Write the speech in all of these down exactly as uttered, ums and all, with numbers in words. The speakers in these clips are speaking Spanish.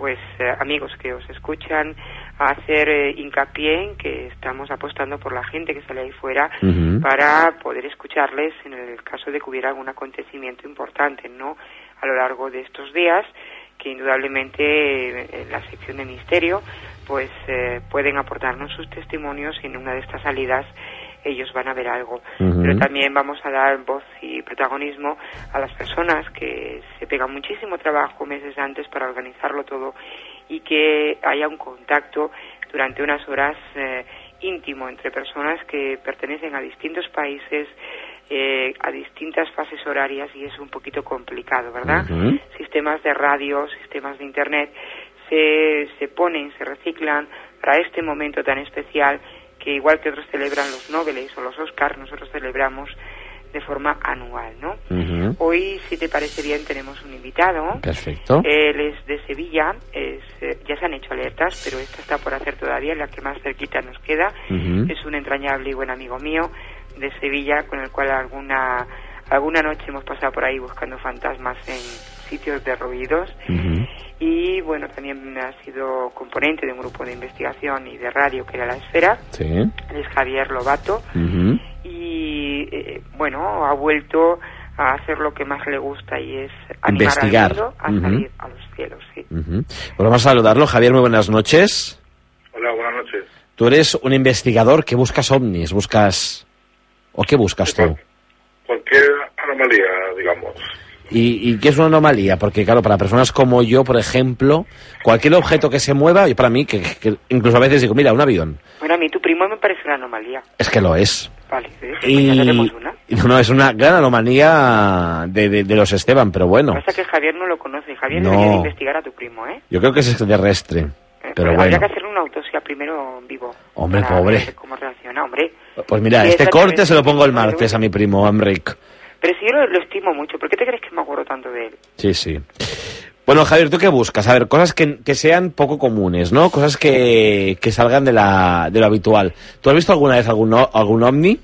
pues eh, amigos que os escuchan, a hacer eh, hincapié en que estamos apostando por la gente que sale ahí fuera uh-huh. para poder escucharles en el caso de que hubiera algún acontecimiento importante, ¿no?, a lo largo de estos días, que indudablemente eh, en la sección de misterio pues eh, pueden aportarnos sus testimonios y en una de estas salidas ellos van a ver algo. Uh-huh. Pero también vamos a dar voz y protagonismo a las personas que se pegan muchísimo trabajo meses antes para organizarlo todo y que haya un contacto durante unas horas eh, íntimo entre personas que pertenecen a distintos países, eh, a distintas fases horarias, y es un poquito complicado, ¿verdad? Uh-huh. Sistemas de radio, sistemas de internet se, se ponen, se reciclan para este momento tan especial que, igual que otros celebran los Nobeles o los Oscars, nosotros celebramos de forma anual, ¿no? Uh-huh. Hoy, si te parece bien, tenemos un invitado. Perfecto. Él es de Sevilla, es, eh, ya se han hecho alertas, pero esta está por hacer todavía, la que más cerquita nos queda. Uh-huh. Es un entrañable y buen amigo mío de Sevilla, con el cual alguna alguna noche hemos pasado por ahí buscando fantasmas en sitios derruidos. Uh-huh. Y bueno, también ha sido componente de un grupo de investigación y de radio que era La Esfera. Sí. Él es Javier Lobato. Uh-huh. Y eh, bueno, ha vuelto a hacer lo que más le gusta, y es animar investigar al mundo a uh-huh. salir a los cielos. Sí. Uh-huh. Pues vamos a saludarlo. Javier, muy buenas noches. Hola, buenas noches. Tú eres un investigador que buscas ovnis, buscas... ¿O qué buscas tú? Cualquier anomalía, digamos. ¿Y, ¿Y qué es una anomalía? Porque, claro, para personas como yo, por ejemplo, cualquier objeto que se mueva, y para mí, que, que incluso a veces digo, mira, un avión. Bueno, a mí tu primo me parece una anomalía. Es que lo es. Vale, ¿ves? Y... ya tenemos una. No, es una gran anomalía de, de, de los Esteban, pero bueno. Lo que pasa es que Javier no lo conoce. Javier no. debería de investigar a tu primo, ¿eh? Yo creo que es extraterrestre, eh, pero, pero bueno. Habría que hacerle una autopsia primero en vivo. Hombre, para pobre. ver cómo reacciona, hombre. Pues mira, si este corte se lo pongo el martes a mi primo, Amric. Pero si yo lo, lo estimo mucho, ¿por qué te crees que me acuerdo tanto de él? Sí, sí. Bueno, Javier, ¿tú qué buscas? A ver, cosas que, que sean poco comunes, ¿no? Cosas que, que salgan de, la, de lo habitual. ¿Tú has visto alguna vez algún, algún ovni?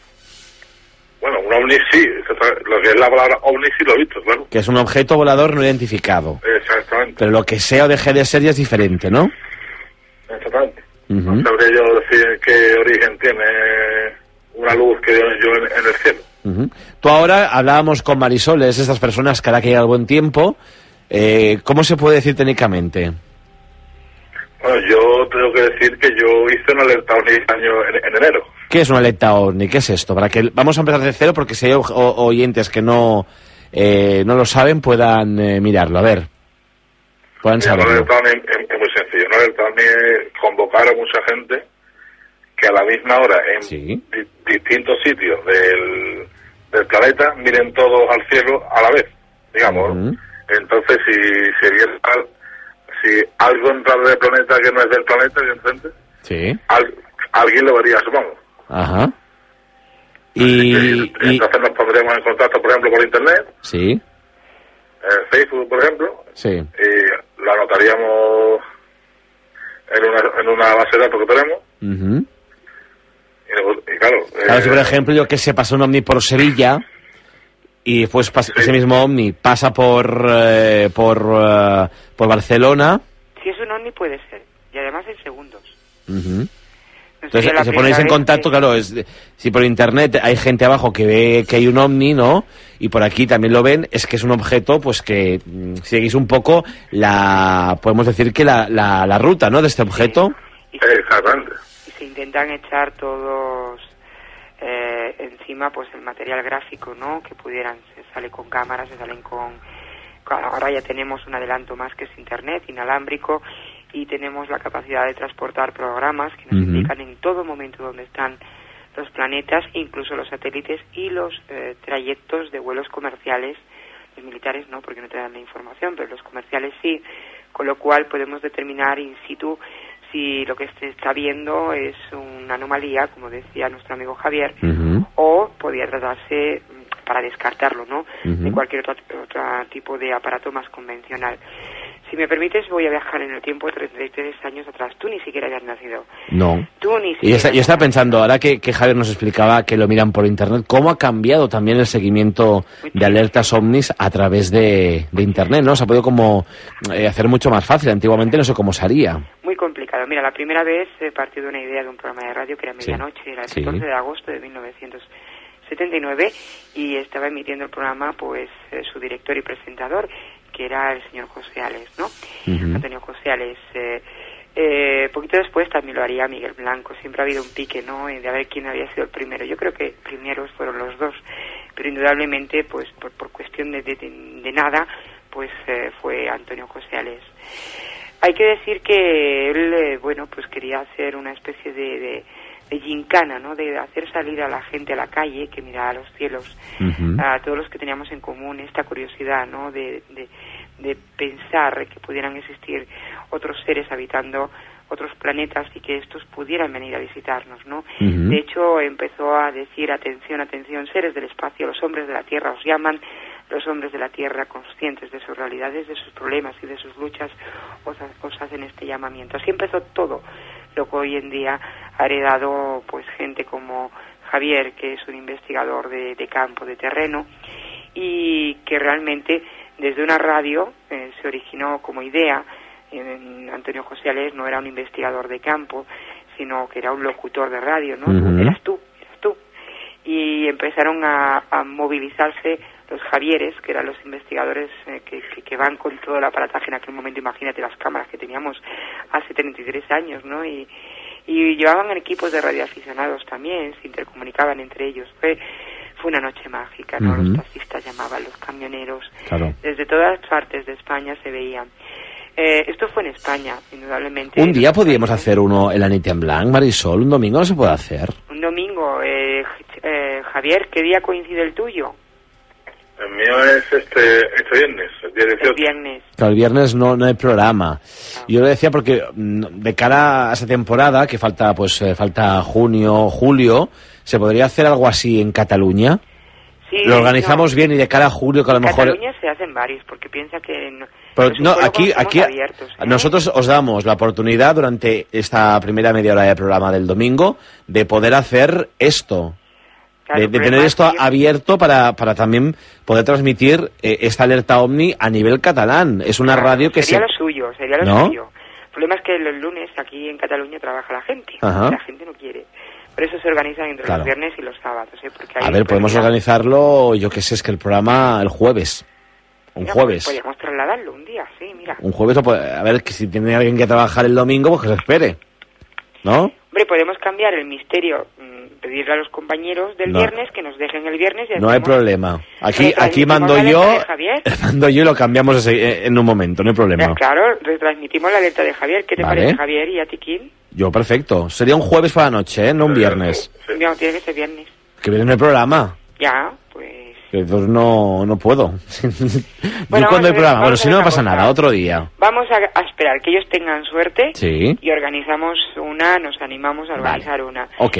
Bueno, un ovni sí. Lo que es la palabra ovni sí lo he visto, claro. Que es un objeto volador no identificado. Exactamente. Pero lo que sea o deje de ser ya es diferente, ¿no? Exactamente. Uh-huh. No sabría yo decir qué origen tiene una luz que veo yo en, en el cielo. Uh-huh. Tú ahora, hablábamos con Marisoles, estas personas que hará que llega el buen tiempo, eh, ¿cómo se puede decir técnicamente? Bueno, yo tengo que decir que yo hice una alerta ovni año en, en enero. ¿Qué es una alerta ovni? ¿Qué es esto? Para que vamos a empezar de cero, porque si hay o, o, oyentes que no eh, no lo saben, puedan eh, mirarlo. A ver, puedan saberlo. Una alerta ovni es, es muy sencillo. Una alerta ovni es convocar a mucha gente que a la misma hora en sí. di- distintos sitios del, del planeta miren todos al cielo a la vez, digamos. Uh-huh. Entonces, si si, viene, si algo entra del planeta que no es del planeta, evidentemente, sí. al, alguien lo vería, supongo. Ajá. Y, y entonces y... nos pondremos en contacto, por ejemplo, por internet. Sí. En Facebook, por ejemplo. Sí. Y lo anotaríamos en una, en una base de datos que tenemos. Uh-huh. Y, y claro, claro eh, si por ejemplo yo que sé, pasa un ovni por Sevilla y después pasa, sí. ese mismo ovni pasa por eh, por uh, por Barcelona. Si es un ovni puede ser, y además en segundos. Uh-huh. Entonces, si ponéis en contacto, que... claro, es, si por internet hay gente abajo que ve que hay un ovni, ¿no? Y por aquí también lo ven, es que es un objeto, pues que mm, seguís un poco la, podemos decir que la, la, la ruta, ¿no? De este objeto. Sí. Y, exactamente. Y se intentan echar todos eh, encima, pues el material gráfico, ¿no? Que pudieran, se sale con cámaras, se salen con... Ahora ya tenemos un adelanto más que es internet, inalámbrico, y tenemos la capacidad de transportar programas que nos uh-huh. indican en todo momento dónde están los planetas, incluso los satélites y los eh, trayectos de vuelos comerciales. Los militares no, porque no te dan la información, pero los comerciales sí, con lo cual podemos determinar in situ si lo que se está viendo es una anomalía, como decía nuestro amigo Javier, uh-huh. o podría tratarse, para descartarlo, ¿no?, uh-huh. de cualquier otro, otro tipo de aparato más convencional. Si me permites, voy a viajar en el tiempo treinta y tres años atrás. Tú ni siquiera habías nacido. No. Tú ni siquiera. Y está, yo estaba pensando, ahora que, que Javier nos explicaba que lo miran por Internet, ¿cómo ha cambiado también el seguimiento de alertas ovnis a través de, de Internet, ¿no? Se ha podido como eh, hacer mucho más fácil. Antiguamente no sé cómo se haría. Muy complicado. Mira, la primera vez eh, partió de una idea de un programa de radio que era Medianoche, sí. Era el catorce sí. de agosto de mil novecientos setenta y nueve, y estaba emitiendo el programa, pues, eh, su director y presentador, que era el señor José Ales, ¿no? Uh-huh. Antonio José Ales. Eh, eh, poquito después también lo haría Miguel Blanco. Siempre ha habido un pique, ¿no?, de a ver quién había sido el primero. Yo creo que primeros fueron los dos, pero indudablemente, pues, por, por cuestión de, de, de nada, pues, eh, fue Antonio José Ales. Hay que decir que él, eh, bueno, pues quería hacer una especie de... de de gincana, ¿no?, de hacer salir a la gente a la calle, que mirara a los cielos, uh-huh. a todos los que teníamos en común esta curiosidad, ¿no?, de, de, de pensar que pudieran existir otros seres habitando otros planetas y que estos pudieran venir a visitarnos, ¿no? Uh-huh. De hecho, empezó a decir, atención, atención, seres del espacio, los hombres de la Tierra os llaman, los hombres de la Tierra, conscientes de sus realidades, de sus problemas y de sus luchas, os, os hacen este llamamiento. Así empezó todo lo que hoy en día ha heredado, pues, gente como Javier, que es un investigador de, de campo, de terreno, y que realmente desde una radio eh, se originó como idea. Eh, Antonio José Ales no era un investigador de campo, sino que era un locutor de radio, ¿no? Uh-huh. Eras tú, eras tú. Y empezaron a, a movilizarse los Javieres, que eran los investigadores eh, que, que, que van con todo el aparataje en aquel momento. Imagínate las cámaras que teníamos hace treinta y tres años, ¿no? Y, y llevaban equipos de radioaficionados también, se intercomunicaban entre ellos. Fue fue una noche mágica, ¿no? Uh-huh. Los taxistas llamaban, los camioneros, claro. Desde todas partes de España se veían. Eh, esto fue en España, indudablemente. Un día podríamos hacer uno en la Nit en Blanc, Marisol, un domingo no se puede hacer. Un domingo, eh, eh, Javier, ¿qué día coincide el tuyo? El mío es este este viernes, el día dieciocho. El viernes. Claro, el viernes no, no hay programa. No. Yo lo decía porque de cara a esa temporada, que falta pues eh, falta junio, julio, ¿se podría hacer algo así en Cataluña? Sí, lo organizamos no. bien y de cara a julio, que a lo en mejor... En Cataluña se hacen varios, porque piensa que... No, Pero no, aquí, aquí abiertos, ¿eh? Nosotros os damos la oportunidad durante esta primera media hora de programa del domingo de poder hacer esto. Claro, de, de tener esto abierto para, para también poder transmitir eh, esta alerta OVNI a nivel catalán. Es una claro, radio que sería se... lo suyo, sería lo ¿no? suyo. El problema es que los lunes aquí en Cataluña trabaja la gente. Ajá. La gente no quiere. Por eso se organizan entre claro. los viernes y los sábados. ¿eh? Porque a ver, podemos día... organizarlo, yo qué sé, es que el programa el jueves. Un mira, jueves. Pues podríamos trasladarlo un día, sí, mira. Un jueves, o puede... a ver, que si tiene alguien que trabajar el domingo, pues que se espere. ¿No? Hombre, podemos cambiar el misterio, pedirle a los compañeros del no. viernes que nos dejen el viernes y no hay problema. Aquí aquí mando yo mando yo y lo cambiamos ese, en un momento, no hay problema. Ya, claro, retransmitimos la alerta de Javier. ¿Qué te vale. parece, Javier? ¿Y a ti, Kim? Yo, perfecto. Sería un jueves para la noche, ¿eh? No un viernes. No, tiene que ser viernes. Que viernes no hay programa. Ya, pues... Entonces no, no puedo. Bueno, yo cuando hay ver, programa, bueno, si no, no pasa cosa. nada, otro día. Vamos a, a esperar que ellos tengan suerte sí. y organizamos una, nos animamos a organizar vale. una. Ok.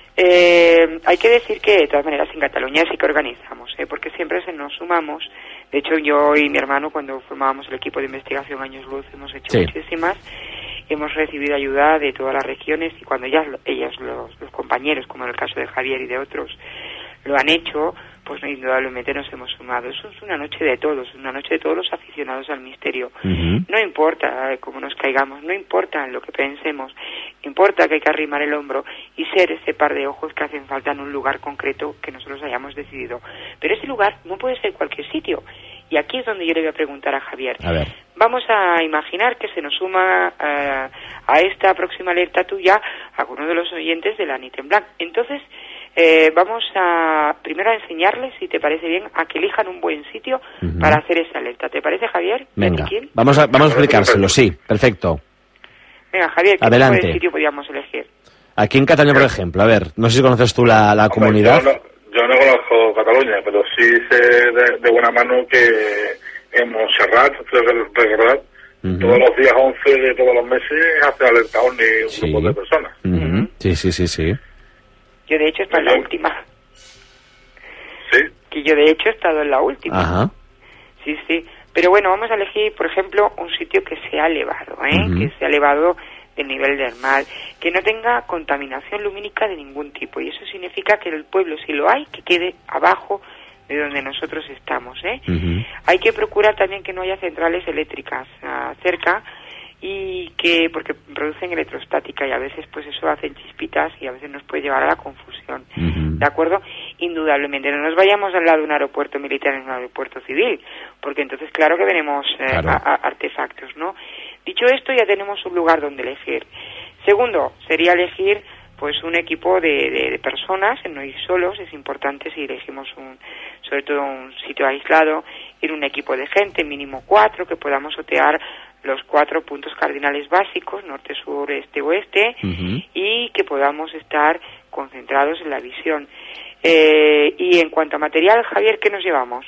Eh, hay que decir que de todas maneras en Cataluña sí que organizamos, ¿eh? Porque siempre se nos sumamos. De hecho, yo y mi hermano, cuando formábamos el equipo de investigación Años Luz, hemos hecho sí. muchísimas. Hemos recibido ayuda de todas las regiones y cuando ya ellos, los, los compañeros, como en el caso de Javier y de otros, lo han hecho, pues indudablemente nos hemos sumado. Eso es una noche de todos, una noche de todos los aficionados al misterio. Uh-huh. No importa eh, cómo nos caigamos, no importa lo que pensemos, importa que hay que arrimar el hombro y ser ese par de ojos que hacen falta en un lugar concreto que nosotros hayamos decidido. Pero ese lugar no puede ser cualquier sitio. Y aquí es donde yo le voy a preguntar a Javier. A ver. Vamos a imaginar que se nos suma uh, a esta próxima alerta tuya alguno de los oyentes de la Nit en Blanc. Entonces, eh, vamos a primero a enseñarles, si te parece bien, a que elijan un buen sitio uh-huh. para hacer esa alerta. ¿Te parece, Javier? Venga, vamos a, vamos a explicárselo, sí, perfecto. Venga, Javier, ¿qué Adelante. tipo de sitio podríamos elegir? Aquí en Cataluña, por ejemplo, a ver, no sé si conoces tú la, la Hombre, comunidad. Yo no, yo no conozco Cataluña, pero sí sé de, de buena mano que en Montserrat, recordar, uh-huh. todos los días once de todos los meses hace alerta OVNI un sí. grupo de personas. Uh-huh. Sí, sí, sí, sí. Yo de hecho he estado en la última. ¿Sí? Que yo de hecho he estado en la última. Ajá. Sí, sí. Pero bueno, vamos a elegir, por ejemplo, un sitio que sea elevado, ¿eh? Uh-huh. Que sea elevado del nivel del mar, que no tenga contaminación lumínica de ningún tipo, y eso significa que el pueblo, si lo hay, que quede abajo de donde nosotros estamos, ¿eh? Uh-huh. Hay que procurar también que no haya centrales eléctricas uh, cerca, y que, porque producen electrostática, y a veces pues eso hacen chispitas y a veces nos puede llevar a la confusión, uh-huh. ¿De acuerdo? Indudablemente, no nos vayamos al lado de un aeropuerto militar en un aeropuerto civil, porque entonces claro que veremos eh, claro. a, a artefactos, ¿no? Dicho esto, ya tenemos un lugar donde elegir. Segundo, sería elegir pues un equipo de, de, de personas, no ir solos, es importante si elegimos un, sobre todo un sitio aislado, ir un equipo de gente, mínimo cuatro, que podamos otear los cuatro puntos cardinales básicos, norte, sur, este, oeste, uh-huh. y que podamos estar concentrados en la visión. Eh, y en cuanto a material, Javier, ¿qué nos llevamos?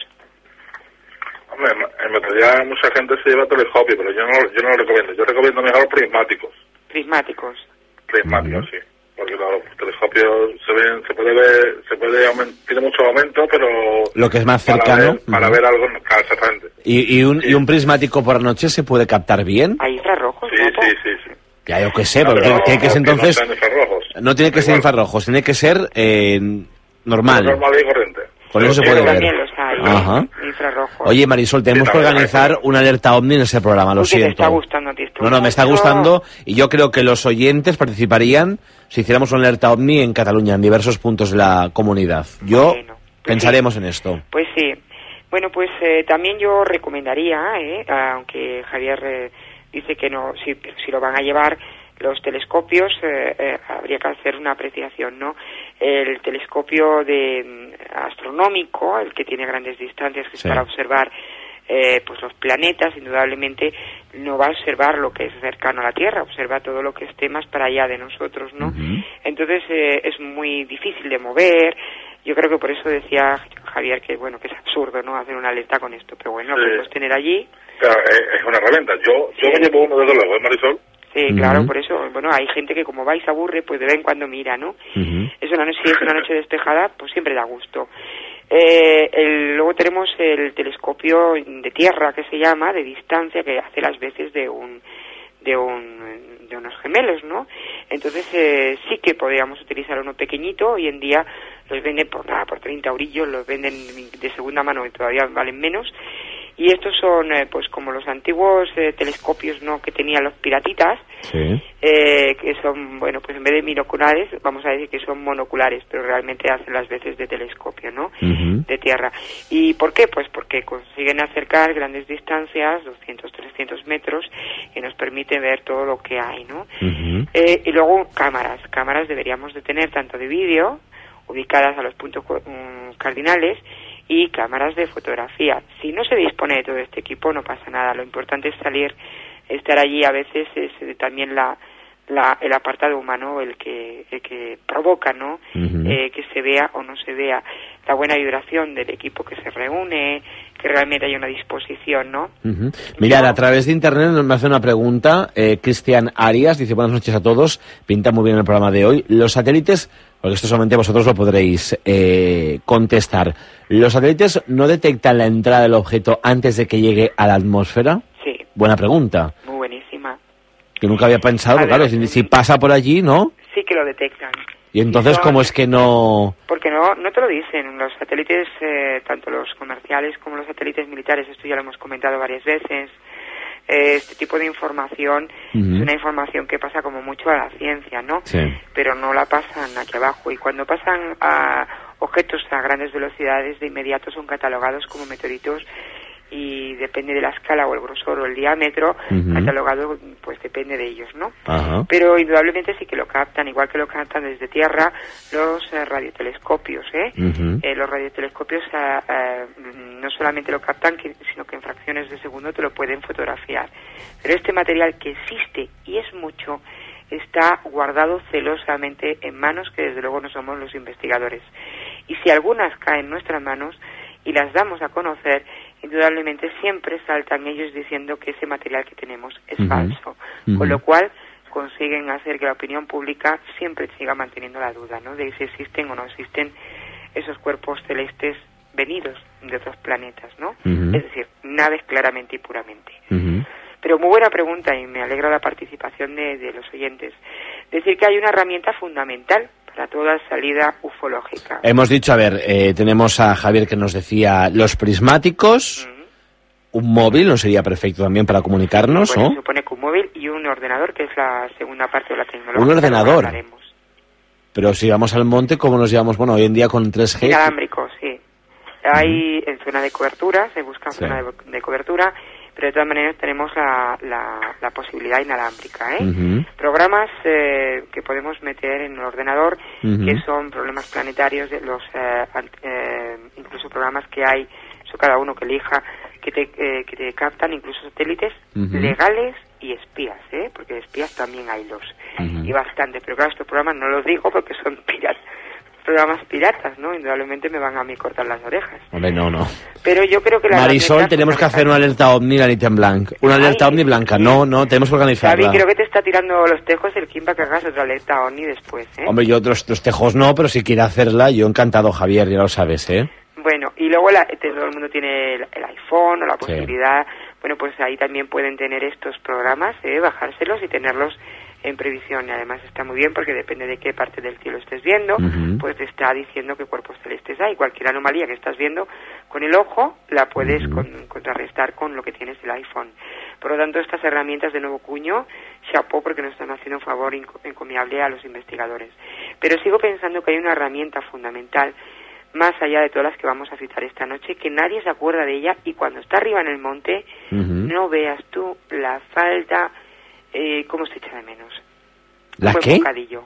Hombre, en material mucha gente se lleva telescopio, pero yo no, yo no lo recomiendo. Yo recomiendo mejor prismáticos. Prismáticos. Prismáticos, uh-huh. sí. Porque los telescopios se ven, se puede ver, se puede aumentar, tiene mucho aumento, pero lo que es más cercano para ver, para uh-huh. ver algo exactamente. ¿Y, y, un, sí. ¿Y un prismático por la noche se puede captar bien? Hay infrarrojos, sí, ¿no? Sí, sí, sí. Ya yo qué sé, no, porque tiene que ser entonces no, no tiene que ser infrarrojos, tiene que ser eh, normal. Normal y corriente. Por eso se puede ver. Los hay, Ajá. ¿eh? Infrarrojos. Oye, Marisol, tenemos sí, que organizar hay. una alerta OVNI en ese programa, lo Porque siento. te está gustando a ti esto. No, no, me está gustando y yo creo que los oyentes participarían si hiciéramos una alerta OVNI en Cataluña, en diversos puntos de la comunidad. Yo bueno, pues pensaremos sí. en esto. Pues sí. Bueno, pues eh, también yo recomendaría, eh, aunque Javier eh, dice que no, si, si lo van a llevar los telescopios, eh, eh, habría que hacer una apreciación, ¿no? El telescopio de astronómico, el que tiene grandes distancias, que sí. es para observar eh, pues los planetas, indudablemente no va a observar lo que es cercano a la Tierra, observa todo lo que esté más para allá de nosotros, ¿no? Uh-huh. Entonces eh, es muy difícil de mover. Yo creo que por eso decía Javier que bueno que es absurdo, ¿no? Hacer una alerta con esto, pero bueno, lo sí. podemos tener allí. Claro, es una herramienta. Yo, yo sí. me llevo uno desde luego, ¿eh, Marisol? Sí, claro, uh-huh. por eso, bueno, hay gente que como va y se aburre, pues de vez en cuando mira, ¿no? Uh-huh. Es una noche, si es una noche despejada, pues siempre da gusto. Eh, el, luego tenemos el telescopio de tierra, que se llama, de distancia, que hace las veces de un, de un, de unos gemelos, ¿no? Entonces, eh, sí que podríamos utilizar uno pequeñito, hoy en día los venden por nada, por treinta eurillos, los venden de segunda mano y todavía valen menos. Y estos son, eh, pues, como los antiguos eh, telescopios, ¿no?, que tenían los piratitas, sí. eh, que son, bueno, pues en vez de binoculares, vamos a decir que son monoculares, pero realmente hacen las veces de telescopio, ¿no?, uh-huh. de tierra. ¿Y por qué? Pues porque consiguen acercar grandes distancias, doscientos, trescientos metros, y nos permite ver todo lo que hay, ¿no? Uh-huh. Eh, y luego cámaras. Cámaras deberíamos de tener tanto de vídeo, ubicadas a los puntos um, cardinales, y cámaras de fotografía. Si no se dispone de todo este equipo no pasa nada, lo importante es salir, estar allí. A veces es también la, la el apartado humano el que el que provoca, ¿no? Uh-huh. eh, que se vea o no se vea, la buena vibración del equipo que se reúne, que realmente haya una disposición, ¿no? Uh-huh. Mirad, no. a través de internet me hace una pregunta eh, Cristian Arias, dice: buenas noches a todos, pinta muy bien el programa de hoy. Los satélites, porque esto solamente vosotros lo podréis eh, contestar, ¿los satélites no detectan la entrada del objeto antes de que llegue a la atmósfera? Sí. Buena pregunta. Muy buenísima. Que nunca había pensado, ver, claro, si, si pasa por allí, ¿no? Sí que lo detectan. Y entonces, y son, ¿cómo es que no...? Porque no no te lo dicen. Los satélites, eh, tanto los comerciales como los satélites militares, esto ya lo hemos comentado varias veces, eh, este tipo de información uh-huh. es una información que pasa como mucho a la ciencia, ¿no? Sí. Pero no la pasan aquí abajo. Y cuando pasan a objetos a grandes velocidades, de inmediato son catalogados como meteoritos, y depende de la escala o el grosor o el diámetro, uh-huh. catalogado, pues depende de ellos, ¿no? Uh-huh. Pero indudablemente sí que lo captan, igual que lo captan desde tierra los eh, radiotelescopios, ¿eh? Uh-huh. eh los radiotelescopios eh, eh, no solamente lo captan, que, sino que en fracciones de segundo te lo pueden fotografiar. Pero este material, que existe y es mucho, está guardado celosamente en manos que desde luego no somos los investigadores. Y si algunas caen en nuestras manos y las damos a conocer, indudablemente siempre saltan ellos diciendo que ese material que tenemos es uh-huh. falso, uh-huh. con lo cual consiguen hacer que la opinión pública siempre siga manteniendo la duda, ¿no?, de si existen o no existen esos cuerpos celestes venidos de otros planetas, ¿no? Uh-huh. Es decir, naves claramente y puramente. Uh-huh. Pero muy buena pregunta y me alegra la participación de, de los oyentes. Decir que hay una herramienta fundamental para toda salida ufológica. Hemos dicho, a ver, eh, tenemos a Javier que nos decía los prismáticos, uh-huh. un móvil, ¿no sería perfecto también para comunicarnos? Bueno, ¿no? se supone que un móvil y un ordenador, que es la segunda parte de la tecnología. Un ordenador. Pero si vamos al monte, ¿cómo nos llevamos? Bueno, hoy en día con tres G. Inalámbrico, sí. Hay uh-huh. en zona de cobertura, se busca sí. zona de, de cobertura, pero de todas maneras tenemos la, la, la posibilidad inalámbrica, ¿eh? Uh-huh. Programas eh, que podemos meter en el ordenador, uh-huh. que son problemas planetarios, de los eh, eh, incluso programas que hay, eso cada uno que elija, que te, eh, que te captan incluso satélites uh-huh. legales y espías, ¿eh? Porque espías también hay los, uh-huh. y bastante, pero claro, estos programas no los digo porque son piratas. Programas piratas, ¿no? Indudablemente me van a mí cortar las orejas. Hombre, no, no. Pero yo creo que la Marisol, tenemos que hacer una alerta ovni, la Nit en blanc. Una alerta Ay, ovni blanca. Sí. No, no, tenemos que organizarla. David, creo que te está tirando los tejos el Kimba que hagas otra alerta ovni después, ¿eh? Hombre, yo los, los tejos no, pero si quiere hacerla, yo encantado, Javier, ya lo sabes, ¿eh? Bueno, y luego la, todo el mundo tiene el, el iPhone o la posibilidad... Sí. Bueno, pues ahí también pueden tener estos programas, ¿eh? Bajárselos y tenerlos en previsión, y además está muy bien porque depende de qué parte del cielo estés viendo, uh-huh. pues te está diciendo qué cuerpos celestes hay. Cualquier anomalía que estás viendo con el ojo la puedes uh-huh. con, contrarrestar con lo que tienes el iPhone. Por lo tanto, estas herramientas de nuevo cuño, chapeau, porque nos están haciendo un favor encomiable a los investigadores. Pero sigo pensando que hay una herramienta fundamental, más allá de todas las que vamos a citar esta noche, que nadie se acuerda de ella, y cuando está arriba en el monte, uh-huh. no veas tú la falta... Eh, ¿Cómo se echa de menos? ¿La un buen qué? Bocadillo.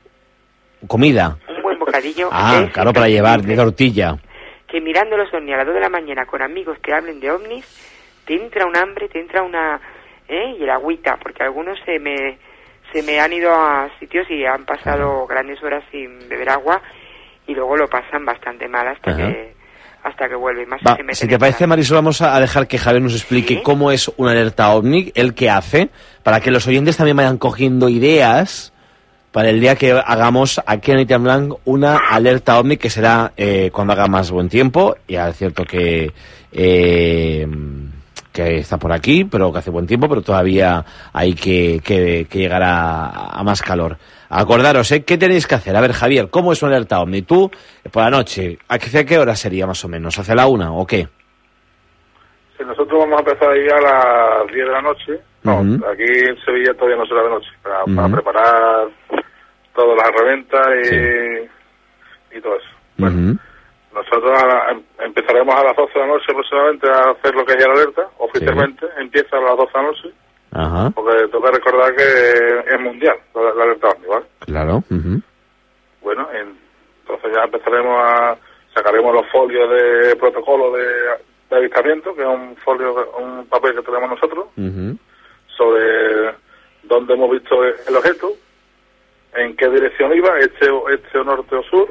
¿Comida? Un buen bocadillo. Ah, claro, para llevar, de tortilla. Que mirando los ovnis a las dos de la mañana con amigos que hablen de ovnis, te entra un hambre, te entra una... ¿eh? Y el agüita, porque algunos se me, se me han ido a sitios y han pasado Ajá. grandes horas sin beber agua y luego lo pasan bastante mal hasta Ajá. que... hasta que vuelve. Más Va, se si te parece, la... Marisol, vamos a dejar que Javier nos explique ¿Sí? cómo es una alerta ovni, el que hace, para que los oyentes también vayan cogiendo ideas para el día que hagamos aquí en Nit en Blanc una alerta ovni, que será eh, cuando haga más buen tiempo. Ya es cierto que eh, que está por aquí, pero que hace buen tiempo, pero todavía hay que, que, que llegar a, a más calor. Acordaros, ¿eh? ¿Qué tenéis que hacer? A ver, Javier, ¿cómo es una alerta ovni? Tú, por la noche, ¿a qué, a qué hora sería más o menos? ¿Hacia la una o qué? Sí, nosotros vamos a empezar ahí a las diez de la noche. No, uh-huh. aquí en Sevilla todavía no será de noche, para, uh-huh. para preparar todas las herramientas y, sí. y todo eso. Bueno, uh-huh. nosotros a la, empezaremos a las doce de la noche aproximadamente a hacer lo que es la alerta. Oficialmente sí. empieza a las doce de la noche. Ajá. Porque tengo que recordar que es mundial la, la alerta ovni, ¿vale? Claro. Uh-huh. Bueno, entonces ya empezaremos a... sacaremos los folios de protocolo de, de avistamiento, que es un folio, un papel que tenemos nosotros, uh-huh. sobre dónde hemos visto el objeto, en qué dirección iba, este, este o norte o sur,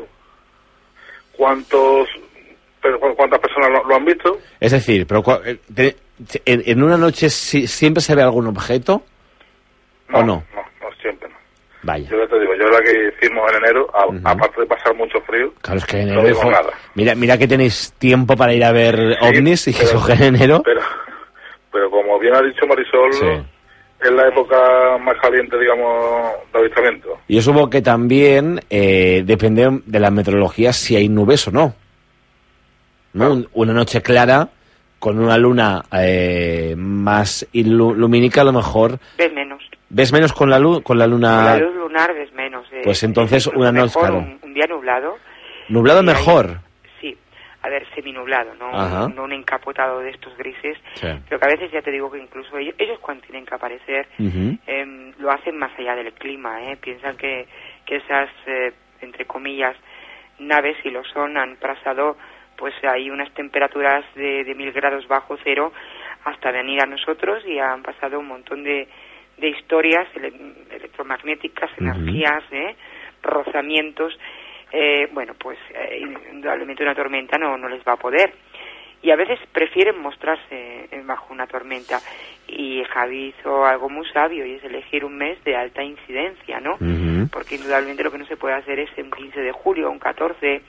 cuántos... cuántas personas lo, lo han visto. Es decir, pero... Te, ¿En, ¿En una noche si, siempre se ve algún objeto? No, ¿O no? No, no, siempre no. Vaya. Yo ya te digo, yo la que hicimos en enero, a, uh-huh. aparte de pasar mucho frío, claro, es que en enero, hijo, nada. Mira, mira que tenéis tiempo para ir a ver sí, ovnis y que se en enero. Pero, pero como bien ha dicho Marisol, sí. es la época más caliente, digamos, de avistamiento. Y yo supongo que también eh, depende de la meteorología si hay nubes o no. ¿No? Ah. Una noche clara... con una luna eh, más ilu- lumínica, a lo mejor... Ves menos. ¿Ves menos con la luz con la luna? Con la luz lunar ves menos. Eh, pues entonces una noche, claro. Un, un día nublado. ¿Nublado mejor? Hay, sí. A ver, seminublado, ¿no? Un, no un encapotado de estos grises. Sí. Pero que a veces ya te digo que incluso ellos, ellos cuando tienen que aparecer, uh-huh. eh, lo hacen más allá del clima, ¿eh? Piensan que, que esas, eh, entre comillas, naves, si lo son, han pasado... pues hay unas temperaturas de, de mil grados bajo cero hasta venir a nosotros y han pasado un montón de, de historias ele, electromagnéticas, uh-huh. energías, ¿eh? rozamientos. Eh, bueno, pues eh, indudablemente una tormenta no, no les va a poder. Y a veces prefieren mostrarse bajo una tormenta. Y Javi hizo algo muy sabio y es elegir un mes de alta incidencia, ¿no? Uh-huh. Porque indudablemente lo que no se puede hacer es un quince de julio, un catorce...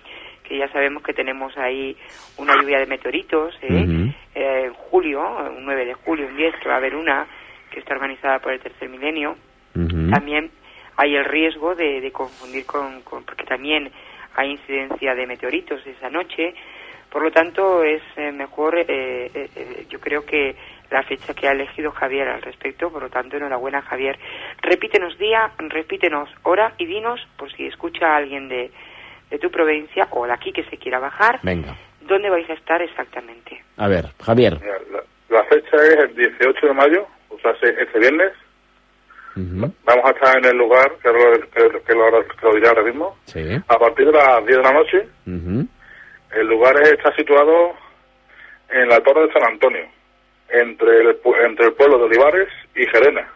que ya sabemos que tenemos ahí una lluvia de meteoritos, ¿eh? Uh-huh. eh, en julio, un nueve de julio, un diez, que va a haber una, que está organizada por el Tercer Milenio. Uh-huh. También hay el riesgo de, de confundir con, con, porque también hay incidencia de meteoritos esa noche. Por lo tanto, es eh, mejor, eh, eh, yo creo que la fecha que ha elegido Javier al respecto, por lo tanto, enhorabuena, Javier. Repítenos día, repítenos hora y dinos, por si escucha a alguien de, de tu provincia o de aquí que se quiera bajar, venga, ¿dónde vais a estar exactamente? A ver, Javier. La, la fecha es el dieciocho de mayo, o sea, este viernes. Uh-huh. Vamos a estar en el lugar, que lo, que, que lo, que lo diré ahora mismo, sí, a partir de las diez de la noche. Uh-huh. El lugar está situado en la Torre de San Antonio, entre el, entre el pueblo de Olivares y Gerena.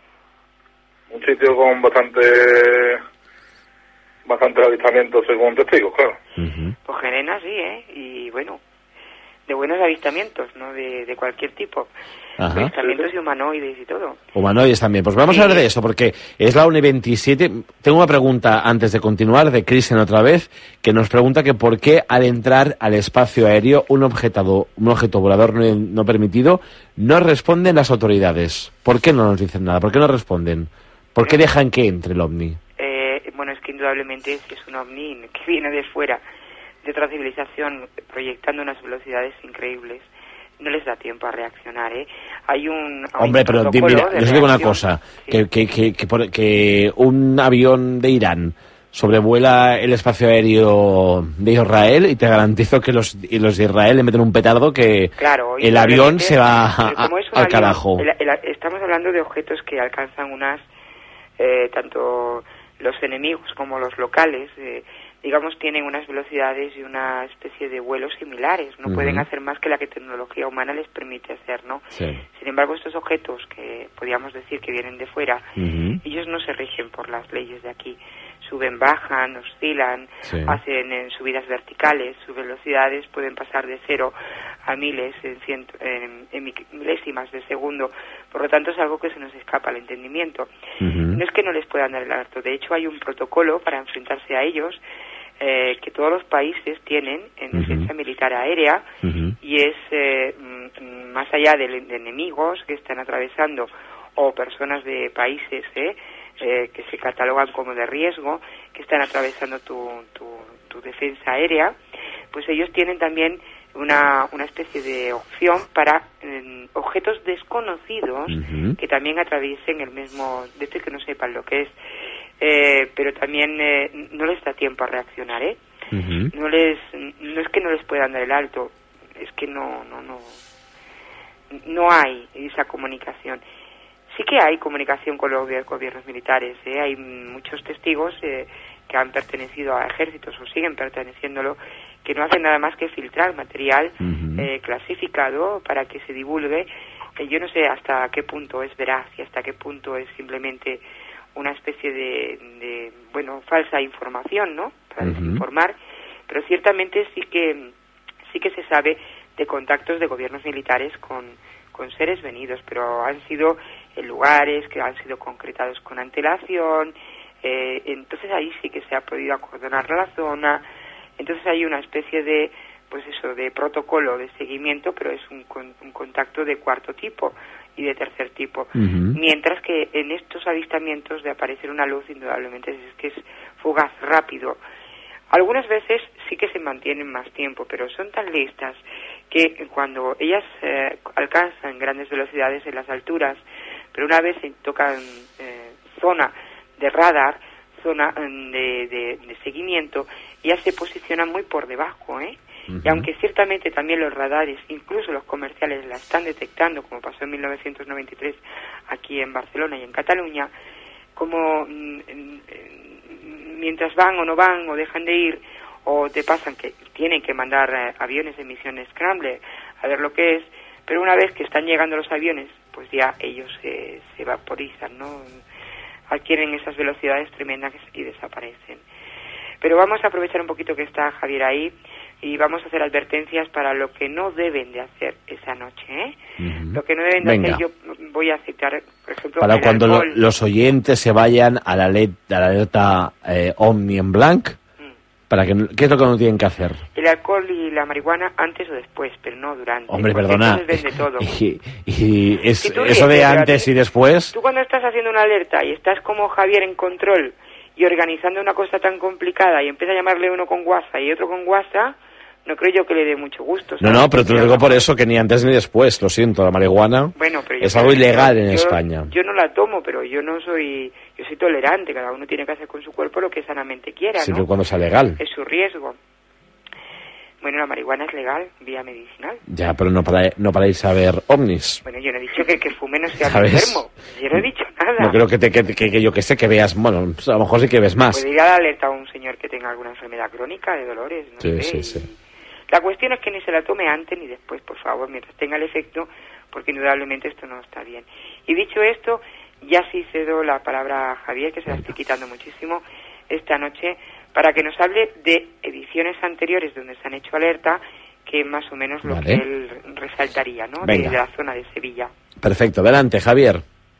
Un sitio con bastante bastante avistamientos según testigos, claro. Uh-huh. Pues Gerena sí, ¿eh? Y bueno, de buenos avistamientos, ¿no? De, de cualquier tipo. Ajá. Avistamientos y humanoides y todo. Humanoides también. Pues vamos sí. a hablar de eso, porque es la UNE veintisiete. Tengo una pregunta antes de continuar, de Cristian otra vez, que nos pregunta que por qué al entrar al espacio aéreo un objetado, un objeto volador no, no permitido, no responden las autoridades. ¿Por qué no nos dicen nada? ¿Por qué no responden? ¿Por qué dejan que entre el ovni? Eh, bueno, es que indudablemente si es un ovni que viene de fuera, de otra civilización, proyectando unas velocidades increíbles, no les da tiempo a reaccionar, ¿eh? Hay un... Hay Hombre, un pero mira, yo os digo una cosa, sí. que, que, que, que, por, que un avión de Irán sobrevuela el espacio aéreo de Israel y te garantizo que los, y los de Israel le meten un petardo que claro, el avión se va a, al carajo. El, el, estamos hablando de objetos que alcanzan unas, eh, tanto los enemigos como los locales, eh, digamos, tienen unas velocidades y una especie de vuelos similares. No uh-huh. pueden hacer más que la que tecnología humana les permite hacer, ¿no? Sí. Sin embargo, estos objetos que podríamos decir que vienen de fuera, uh-huh. ellos no se rigen por las leyes de aquí. Suben, bajan, oscilan, sí. hacen en subidas verticales. Sus velocidades pueden pasar de cero a miles en, ciento, en, en milésimas de segundo. Por lo tanto, es algo que se nos escapa al entendimiento. Uh-huh. No es que no les puedan dar el alerto. De hecho, hay un protocolo para enfrentarse a ellos eh, que todos los países tienen en uh-huh. defensa militar aérea uh-huh. y es eh, más allá de, de enemigos que están atravesando o personas de países eh, eh, que se catalogan como de riesgo, que están atravesando tu, tu, tu defensa aérea, pues ellos tienen también una, una especie de opción para eh, objetos desconocidos uh-huh. que también atraviesen el mismo, desde que no sepan lo que es, eh, pero también eh, no les da tiempo a reaccionar, ¿eh? Uh-huh. No les, no es que no les puedan dar el alto, es que no, no, no, no hay esa comunicación. Sí que hay comunicación con los gobiernos militares, ¿eh? Hay muchos testigos eh, que han pertenecido a ejércitos o siguen perteneciéndolo, que no hacen nada más que filtrar material uh-huh. eh, clasificado para que se divulgue. Eh, yo no sé hasta qué punto es veraz y hasta qué punto es simplemente una especie de, de bueno, falsa información, ¿no? Para uh-huh. desinformar, pero ciertamente sí que sí que se sabe de contactos de gobiernos militares con, con seres venidos, pero han sido en lugares que han sido concretados con antelación, eh, entonces ahí sí que se ha podido acordonar la zona, entonces hay una especie de, pues eso, de protocolo de seguimiento, pero es un, un contacto de cuarto tipo y de tercer tipo, uh-huh. mientras que en estos avistamientos de aparecer una luz indudablemente es que es fugaz, rápido. Algunas veces sí que se mantienen más tiempo, pero son tan listas que cuando ellas eh, alcanzan grandes velocidades en las alturas, pero una vez se tocan eh, zona de radar, zona de, de, de seguimiento, ya se posicionan muy por debajo, ¿eh? Uh-huh. Y aunque ciertamente también los radares, incluso los comerciales, la están detectando, como pasó en mil novecientos noventa y tres aquí en Barcelona y en Cataluña, como mm, mientras van o no van o dejan de ir o te pasan que tienen que mandar eh, aviones de misión Scrambler a ver lo que es, pero una vez que están llegando los aviones, pues ya ellos eh, se vaporizan, ¿no? Adquieren esas velocidades tremendas y desaparecen. Pero vamos a aprovechar un poquito que está Javier ahí y vamos a hacer advertencias para lo que no deben de hacer esa noche, ¿eh? Uh-huh. Lo que no deben de Venga. hacer, yo voy a citar, por ejemplo, para el cuando lo, alcohol. los oyentes se vayan a la, le- a la alerta eh, Omni en Blanc, mm. Para que, ¿qué es lo que no tienen que hacer? El alcohol y la marihuana antes o después, pero no durante. Hombre, perdona. Vende todo. Y, y es, si eso de antes y después... Tú cuando estás haciendo una alerta y estás como Javier en control y organizando una cosa tan complicada y empieza a llamarle uno con WhatsApp y otro con WhatsApp, no creo yo que le dé mucho gusto. ¿Sabes? No, no, pero te lo digo por eso, que ni antes ni después, lo siento, la marihuana bueno, pero es algo ilegal en yo, España. Yo no la tomo, pero yo no soy, yo soy tolerante, cada uno tiene que hacer con su cuerpo lo que sanamente quiera, Siempre ¿no? cuando sea legal. Es su riesgo. Bueno, la marihuana es legal, vía medicinal. Ya, pero no para, no para irse a ver ovnis. Bueno, yo no he dicho que el que fume no sea ¿Sabes? enfermo. Yo no he dicho nada. No creo que, te, que, que, que yo que sé, que veas, bueno, a lo mejor sí que ves más. Puede ir a la alerta a un señor que tenga alguna enfermedad crónica de dolores, no sí, sé. Sí, sí. La cuestión es que ni se la tome antes ni después, por favor, mientras tenga el efecto, porque indudablemente esto no está bien. Y dicho esto, ya sí cedo la palabra a Javier, que se la estoy quitando muchísimo esta noche, para que nos hable de ediciones anteriores donde se han hecho alerta, que más o menos lo vale. que él resaltaría, ¿no? De, de la zona de Sevilla. Perfecto, adelante, Javier.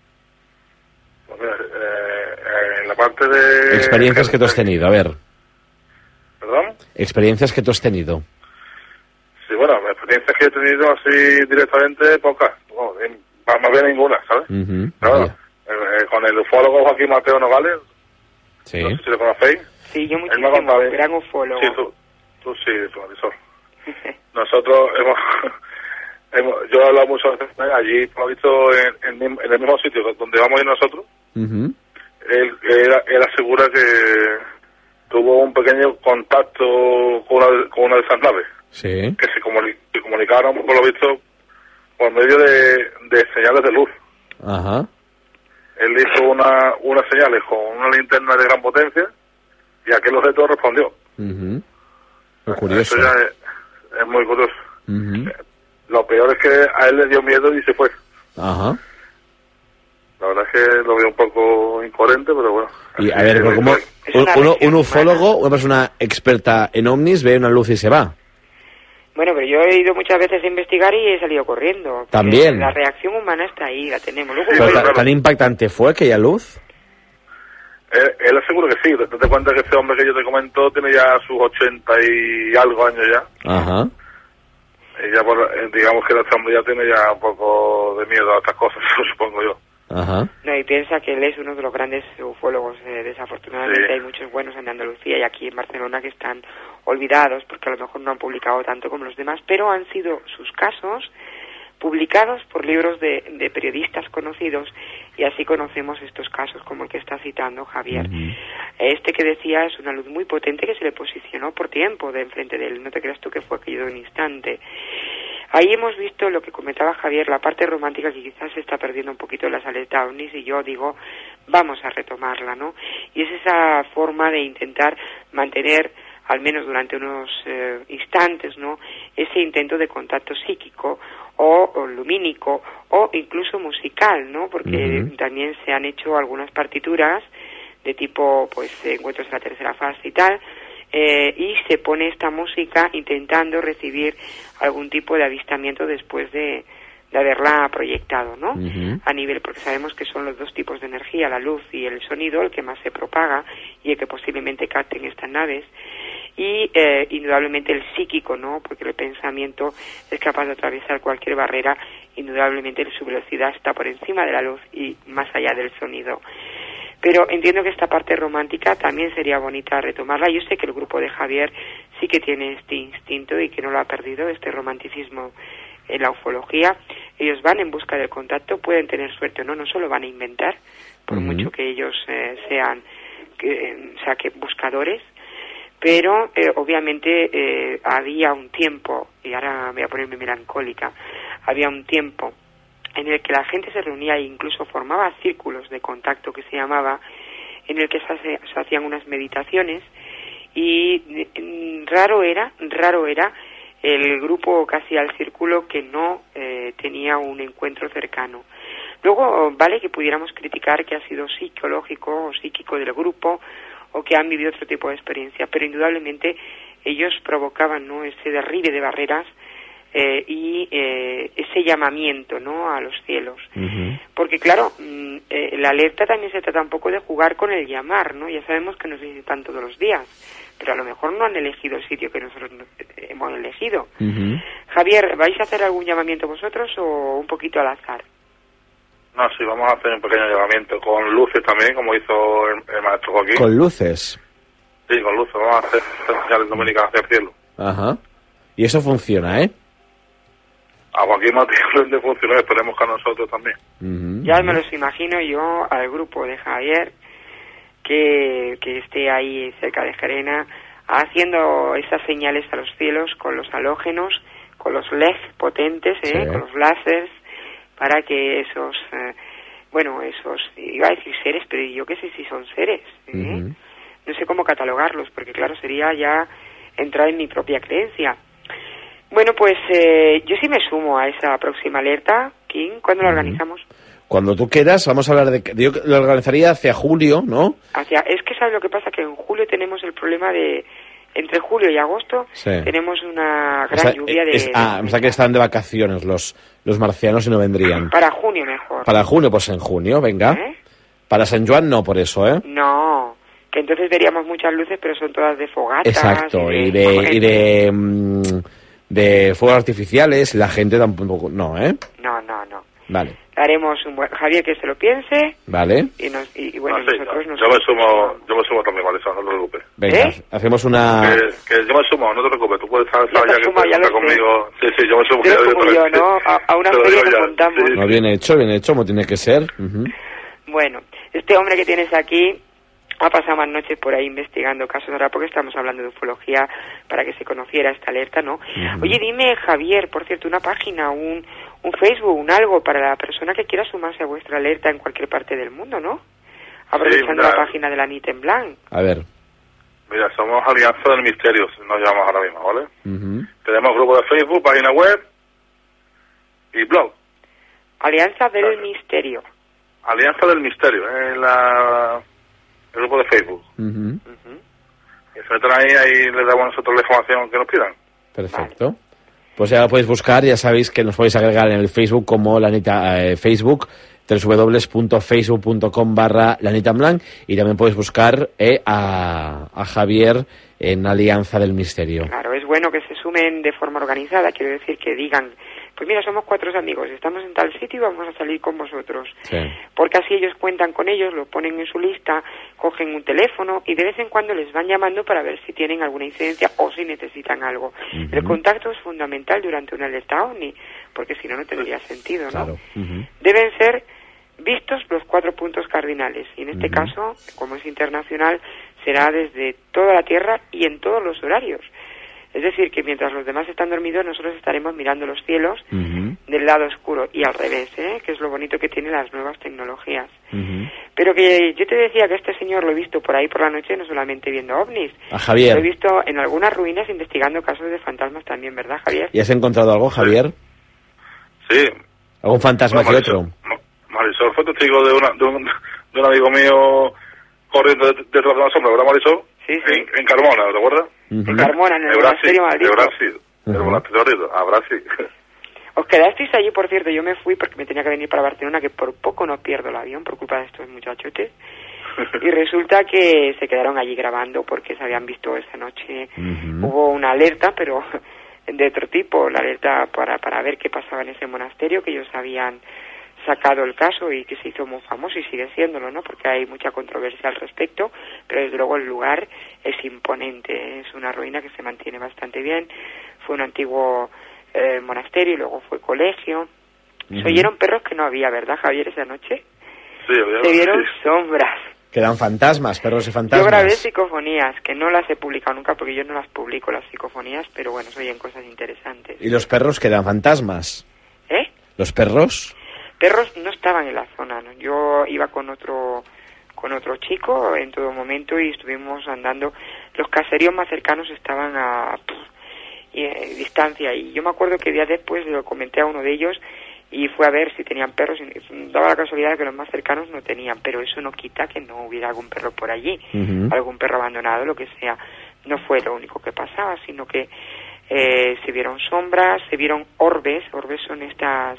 Pues mira, eh, en la parte de... Experiencias que tú has tenido, a ver. ¿Perdón? Experiencias que tú has tenido. Sí, bueno, experiencias que he tenido así directamente, pocas. No, más bien ninguna, ¿sabes? Uh-huh. Pero bueno, eh, con el ufólogo Joaquín Mateo Nogales, sí. no sé si lo conocéis. Sí, yo muchísimo, un gran ufólogo. Sí, tú, tú sí, tu avisor. Nosotros hemos, hemos, yo he hablado mucho veces con él, allí, por lo visto, en, en, en el mismo sitio donde vamos a ir nosotros, uh-huh. él, él, él asegura que tuvo un pequeño contacto con una, con una de esas naves, sí. que se, comuni, se comunicaron, por lo visto, por medio de, de señales de luz. Ajá. Él hizo una, unas señales con una linterna de gran potencia y aquel objeto respondió. Uh-huh. Muy curioso. Eso ya es, es muy curioso. Uh-huh. Lo peor es que a él le dio miedo y se fue. Ajá. La verdad es que lo veo un poco incoherente, pero bueno. Y a ver, ¿cómo un, uno, un ufólogo, una persona experta en ovnis, ve una luz y se va? Bueno, pero yo he ido muchas veces a investigar y he salido corriendo. También. La reacción humana está ahí, la tenemos. Luego, sí, pero claro. ¿Tan impactante fue aquella luz? Él, él asegura que sí. Date cuenta que este hombre que yo te comento tiene ya sus ochenta y algo años ya. Ajá. Y ya por, digamos que este hombre ya tiene ya un poco de miedo a estas cosas, supongo yo. Ajá. No, y piensa que él es uno de los grandes ufólogos. Eh, desafortunadamente sí. Hay muchos buenos en Andalucía y aquí en Barcelona que están olvidados porque a lo mejor no han publicado tanto como los demás, pero han sido sus casos publicados por libros de, de periodistas conocidos y así conocemos estos casos como el que está citando Javier. Uh-huh. Este que decía es una luz muy potente que se le posicionó por tiempo de enfrente de él, no te creas tú que fue aquello de un instante. Ahí hemos visto lo que comentaba Javier, la parte romántica que quizás se está perdiendo un poquito en las alertas ovnis y yo digo, vamos a retomarla, ¿no? Y es esa forma de intentar mantener, al menos durante unos eh, instantes, ¿no?, ese intento de contacto psíquico o, o lumínico o incluso musical, ¿no? Porque uh-huh. también se han hecho algunas partituras de tipo, pues, encuentros en la tercera fase y tal, Eh, y se pone esta música intentando recibir algún tipo de avistamiento después de, de haberla proyectado, ¿no? Uh-huh. A nivel, porque sabemos que son los dos tipos de energía, la luz y el sonido, el que más se propaga y el que posiblemente capten estas naves. Y eh, indudablemente el psíquico, ¿no? Porque el pensamiento es capaz de atravesar cualquier barrera, indudablemente su velocidad está por encima de la luz y más allá del sonido. Pero entiendo que esta parte romántica también sería bonita retomarla. Yo sé que el grupo de Javier sí que tiene este instinto y que no lo ha perdido, este romanticismo en la ufología. Ellos van en busca del contacto, pueden tener suerte o no, no solo van a inventar, por uh-huh. mucho que ellos eh, sean que, o sea, que buscadores, pero eh, obviamente eh, había un tiempo, y ahora voy a ponerme melancólica, había un tiempo en el que la gente se reunía e incluso formaba círculos de contacto que se llamaba, en el que se, hace, se hacían unas meditaciones y raro era, raro era el grupo casi al círculo que no eh, tenía un encuentro cercano. Luego, vale que pudiéramos criticar que ha sido psicológico o psíquico del grupo o que han vivido otro tipo de experiencia, pero indudablemente ellos provocaban, ¿no?, ese derribe de barreras Eh, y eh, ese llamamiento, ¿no?, a los cielos. Uh-huh. Porque claro, mm, eh, la alerta también se trata un poco de jugar con el llamar, ¿no? Ya sabemos que nos visitan todos los días, pero a lo mejor no han elegido el sitio que nosotros hemos elegido. Uh-huh. Javier, ¿vais a hacer algún llamamiento vosotros o un poquito al azar? No, sí, vamos a hacer un pequeño llamamiento con luces también, como hizo el, el maestro Joaquín. ¿Con luces? Sí, con luces, vamos a hacer señales dominicas hacia el cielo. Ajá. Y eso funciona, ¿eh? A Joaquín Martín le funcionó, esperemos que a nosotros también. Uh-huh. Ya me los imagino yo al grupo de Javier, que, que esté ahí cerca de Gerena, haciendo esas señales a los cielos con los halógenos, con los L E D potentes, ¿eh? Sí. Con los láseres, para que esos, eh, bueno, esos, iba a decir seres, pero yo qué sé si son seres, ¿eh? Uh-huh. No sé cómo catalogarlos, porque claro, sería ya entrar en mi propia creencia. Bueno, pues eh, yo sí me sumo a esa próxima alerta. King, ¿cuándo la organizamos? Cuando tú quieras, vamos a hablar de... Yo lo organizaría hacia julio, ¿no? Hacia, es que ¿sabes lo que pasa? Que en julio tenemos el problema de... Entre julio y agosto Sí. tenemos una gran O sea, lluvia de... es- ah, de o sea que están de vacaciones los, los marcianos y no vendrían. Para junio mejor. Para junio, pues en junio, venga. ¿Eh? Para San Juan no, por eso, ¿eh? No, que entonces veríamos muchas luces, pero son todas de fogatas. Exacto, y de, corrientes. y de, mm, de fuegos artificiales, y la gente tampoco... No, ¿eh? No, no, no. Vale, Haremos un buen... Javier, que se lo piense, vale. y, nos, y, y bueno, No, sí, nosotros no, nos... yo me sumo, yo me sumo también, Marisol, no te preocupes. Venga, ¿Eh? hacemos una... Que, que yo me sumo, no te preocupes, tú puedes estar, Ya sabes te ya que sumo, puedes ya lo estar sé. conmigo. Sí, sí, yo me sumo. Yo ya como yo, directamente. ¿no? A, a una Te lo feria digo nos ya, montamos. sí, No, bien hecho, bien hecho, como tiene que ser. Ujú. Bueno, este hombre que tienes aquí ha pasado más noches por ahí investigando casos, ahora porque estamos hablando de ufología, para que se conociera esta alerta, ¿no? Uh-huh. Oye, dime, Javier, por cierto, una página, un, un Facebook, un algo, para la persona que quiera sumarse a vuestra alerta en cualquier parte del mundo, ¿no? Aprovechando Sí, la mira. página de la Nit en Blanc. A ver. Mira, somos Alianza del Misterio, nos llamamos ahora mismo, ¿vale? Ujú. Tenemos grupo de Facebook, página web y blog. Alianza del Claro. Misterio. Alianza del Misterio, es la, el grupo de Facebook. Ujú. Ujú. Y se meten ahí, ahí les damos nosotros la información que nos pidan. Perfecto. Pues ya lo podéis buscar, ya sabéis que nos podéis agregar en el Facebook como Lanita eh, Facebook, doble u doble u doble u punto facebook punto com barra Lanita Blanc, y también podéis buscar eh, a, a Javier en Alianza del Misterio. Claro, es bueno que se sumen de forma organizada, quiero decir que digan, pues mira, somos cuatro amigos, estamos en tal sitio y vamos a salir con vosotros. Sí. Porque así ellos cuentan con ellos, lo ponen en su lista, cogen un teléfono y de vez en cuando les van llamando para ver si tienen alguna incidencia o si necesitan algo. Ujú. El contacto es fundamental durante una alerta OVNI, porque si no, no tendría sentido, ¿no? Claro. Ujú. Deben ser vistos los cuatro puntos cardinales, y en este Ujú. caso, como es internacional, será desde toda la Tierra y en todos los horarios. Es decir, que mientras los demás están dormidos, nosotros estaremos mirando los cielos Ujú. del lado oscuro y al revés, ¿eh? Que es lo bonito que tienen las nuevas tecnologías. Ujú. Pero que yo te decía que este señor lo he visto por ahí por la noche, no solamente viendo ovnis. A Javier. Lo he visto en algunas ruinas investigando casos de fantasmas también, ¿verdad, Javier? ¿Y has encontrado algo, Javier? Sí. ¿Algún fantasma Bueno, que otro? Marisol, Marisol fue testigo de, una, de, un, de un amigo mío corriendo de- detrás de una sombra, ¿verdad, Marisol? Sí, sí. En, en Carmona, ¿te acuerdas? Ujú. En Carmona, en el De Brasil, monasterio maldito. de Brasil. El Ujú. monasterio maldito, a Brasil. Os quedasteis allí, por cierto, yo me fui porque me tenía que venir para Barcelona, que por poco no pierdo el avión por culpa de estos muchachotes. Y resulta que se quedaron allí grabando porque se habían visto esa noche. Ujú. Hubo una alerta, pero de otro tipo, la alerta para, para ver qué pasaba en ese monasterio, que ellos habían sacado el caso y que se hizo muy famoso y sigue siéndolo, ¿no? Porque hay mucha controversia al respecto, pero desde luego el lugar es imponente, es una ruina que se mantiene bastante bien. Fue un antiguo eh, monasterio y luego fue colegio. Ujú. Se oyeron perros que no había, ¿verdad, Javier, esa noche? Sí, obviamente. Se vieron Sí. sombras. Quedan fantasmas, perros y fantasmas. Yo grabé psicofonías, que no las he publicado nunca porque yo no las publico las psicofonías, pero bueno, se oyen cosas interesantes. ¿Y los perros quedan fantasmas? ¿Eh? ¿Los perros? Perros no estaban en la zona, ¿no? Yo iba con otro con otro chico en todo momento y estuvimos andando. Los caseríos más cercanos estaban a pff, y, eh, distancia, y yo me acuerdo que días después lo comenté a uno de ellos y fue a ver si tenían perros, y daba la casualidad de que los más cercanos no tenían, pero eso no quita que no hubiera algún perro por allí, Ujú. algún perro abandonado, lo que sea. No fue lo único que pasaba, sino que eh, se vieron sombras, se vieron orbes. Orbes son estas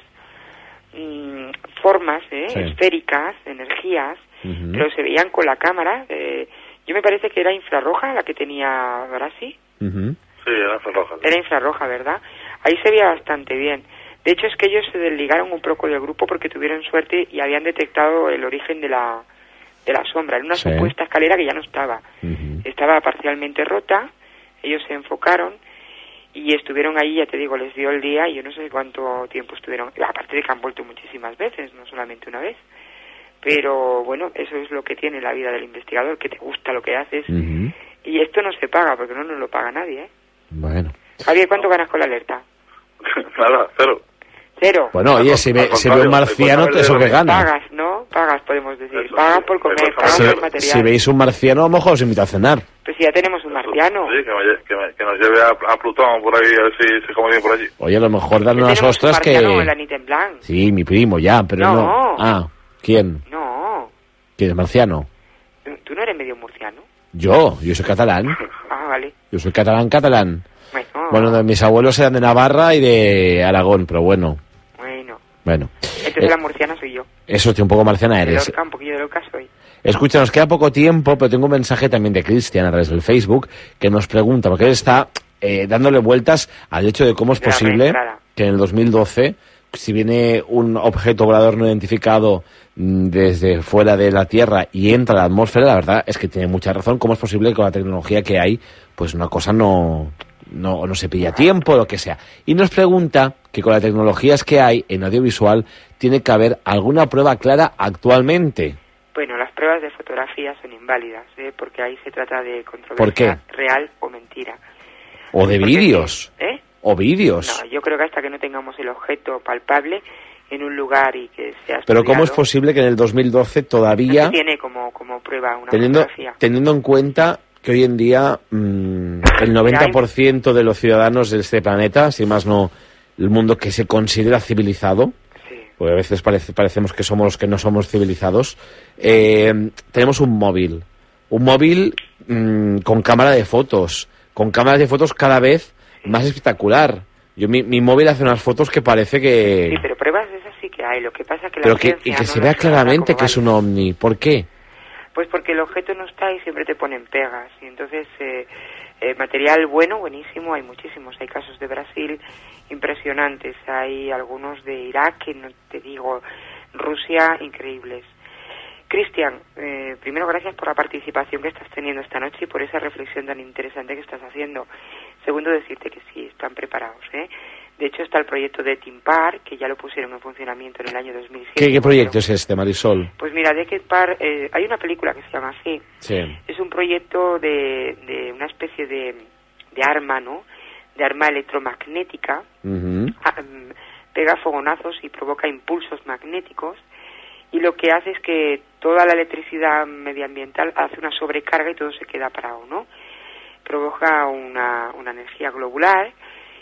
mm, formas eh, Sí. esféricas, energías, Ujú. pero se veían con la cámara. Eh, Yo me parece que era infrarroja la que tenía Brasil. Uh-huh. Sí, era infrarroja. Era infrarroja, ¿verdad? Ahí se veía bastante bien. De hecho, es que ellos se desligaron un poco del grupo porque tuvieron suerte y habían detectado el origen de la, de la sombra. En una sí. supuesta escalera que ya no estaba. Uh-huh. Estaba parcialmente rota, ellos se enfocaron y estuvieron ahí, ya te digo, les dio el día y yo no sé cuánto tiempo estuvieron. Aparte de que han vuelto muchísimas veces, no solamente una vez. Pero bueno, eso es lo que tiene la vida del investigador, que te gusta lo que haces. Uh-huh. Y esto no se paga, porque no nos lo paga nadie, ¿eh? Bueno. Javier, ¿cuánto ganas con la alerta? Nada, cero. ¿Cero? Bueno, oye, si ve, si ve un marciano, eso que gana. Pagas, ¿no? Pagas, podemos decir. Eso, pagas por comer, pagas si, por material. Si veis un marciano, a lo mejor os invito a cenar. Pues si ya tenemos un marciano. Sí, que, me, que, me, que nos lleve a, a Plutón por ahí, a ver si se come bien por allí. Oye, a lo mejor dan unas ostras que... ¿Tenemos un marciano en Blanc? Sí, mi primo, ya, pero no. no. Ah, ¿quién? No. ¿Quién es marciano? ¿Tú no eres medio murciano? Yo, yo soy catalán. Ah, vale. Yo soy catalán, catalán. Bueno, bueno, mis abuelos eran de Navarra y de Aragón, pero bueno. Bueno. Bueno. Entonces eh, la murciana soy yo. Eso, un poco marciana eres. De Lorca, un poquillo de Lorca soy. Escucha, nos queda poco tiempo, pero tengo un mensaje también de Cristian a través del Facebook que nos pregunta, porque él está eh, dándole vueltas al hecho de cómo es posible que en el dos mil doce, si viene un objeto volador no identificado desde fuera de la Tierra y entra a la atmósfera, la verdad es que tiene mucha razón. ¿Cómo es posible que con la tecnología que hay, pues una cosa no, no, no se pilla tiempo, lo que sea? Y nos pregunta que con las tecnologías que hay en audiovisual, ¿tiene que haber alguna prueba clara actualmente? Bueno, las pruebas de fotografía son inválidas, ¿eh? Porque ahí se trata de controversia ¿Por qué? real o mentira. O de vídeos. ¿Eh? O vídeos. No, yo creo que hasta que no tengamos el objeto palpable en un lugar y que sea estudiado. Pero ¿cómo es posible que en el dos mil doce todavía... No se tiene como, como prueba una teniendo, fotografía. Teniendo en cuenta que hoy en día mmm, el noventa por ciento de los ciudadanos de este planeta, si más no el mundo que se considera civilizado, sí. Porque a veces parece, parecemos que somos los que no somos civilizados, eh, tenemos un móvil. Un móvil mmm, con cámara de fotos, con cámaras de fotos cada vez más espectacular. Yo mi, mi móvil hace unas fotos que parece que... Sí, pero pruebas de esas sí que hay. Lo que pasa es que la pero que, y que no se vea claramente que es un ovni. ¿Por qué? Pues porque el objeto no está y siempre te ponen pegas. Y entonces, eh, eh, material bueno, buenísimo, hay muchísimos. Hay casos de Brasil impresionantes. Hay algunos de Irak, que no te digo, Rusia, increíbles. Cristian, eh, primero gracias por la participación que estás teniendo esta noche y por esa reflexión tan interesante que estás haciendo. Segundo, decirte que sí, están preparados, ¿eh? De hecho, está el proyecto de Timpar, que ya lo pusieron en funcionamiento en el año dos mil siete. ¿Qué, qué proyecto es este, Marisol? Pues mira, de Timpar, eh, hay una película que se llama así. Sí. Es un proyecto de, de una especie de, de arma, ¿no? De arma electromagnética. Uh-huh. a, um, pega fogonazos y provoca impulsos magnéticos. Y lo que hace es que toda la electricidad medioambiental hace una sobrecarga y todo se queda parado, ¿no? Provoca una, una energía globular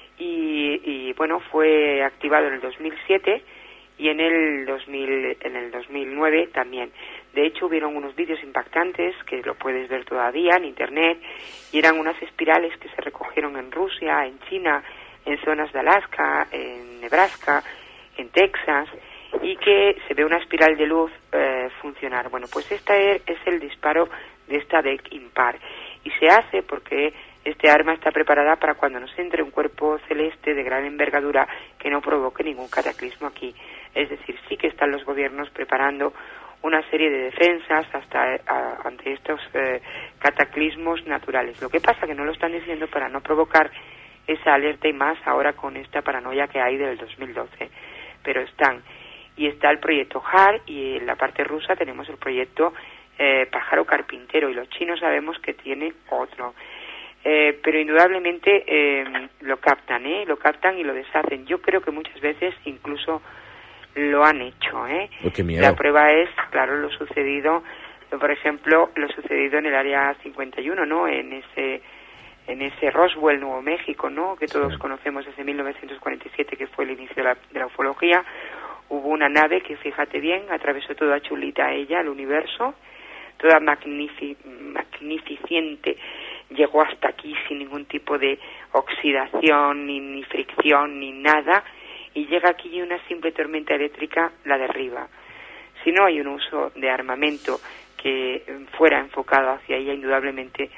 y, y, bueno, fue activado en el dos mil siete y en el, dos mil, en el dos mil nueve también. De hecho, hubieron unos vídeos impactantes que lo puedes ver todavía en Internet y eran unas espirales que se recogieron en Rusia, en China, en zonas de Alaska, en Nebraska, en Texas, y que se ve una espiral de luz eh, funcionar. Bueno, pues este es el disparo de esta D E C impar y se hace porque este arma está preparada para cuando nos entre un cuerpo celeste de gran envergadura que no provoque ningún cataclismo aquí. Es decir, sí que están los gobiernos preparando una serie de defensas hasta a, ante estos eh, cataclismos naturales. Lo que pasa que no lo están diciendo para no provocar esa alerta y más ahora con esta paranoia que hay del dos mil doce. Pero están. Y está el proyecto H A R y en la parte rusa tenemos el proyecto eh, Pájaro Carpintero y los chinos sabemos que tienen otro. Eh, pero indudablemente eh, lo captan, ¿eh? Lo captan y lo deshacen. Yo creo que muchas veces incluso lo han hecho, ¿eh? Oh, qué miedo. La prueba es, claro, lo sucedido, por ejemplo, lo sucedido en el área cincuenta y uno, ¿no? En ese en ese Roswell, Nuevo México, ¿no? Que todos sí. conocemos desde mil novecientos cuarenta y siete, que fue el inicio de la, de la ufología. Hubo una nave que, fíjate bien, atravesó toda chulita ella, el universo, toda magnifi- magnificente, llegó hasta aquí sin ningún tipo de oxidación, ni, ni fricción, ni nada, y llega aquí y una simple tormenta eléctrica la derriba. Si no hay un uso de armamento que fuera enfocado hacia ella, indudablemente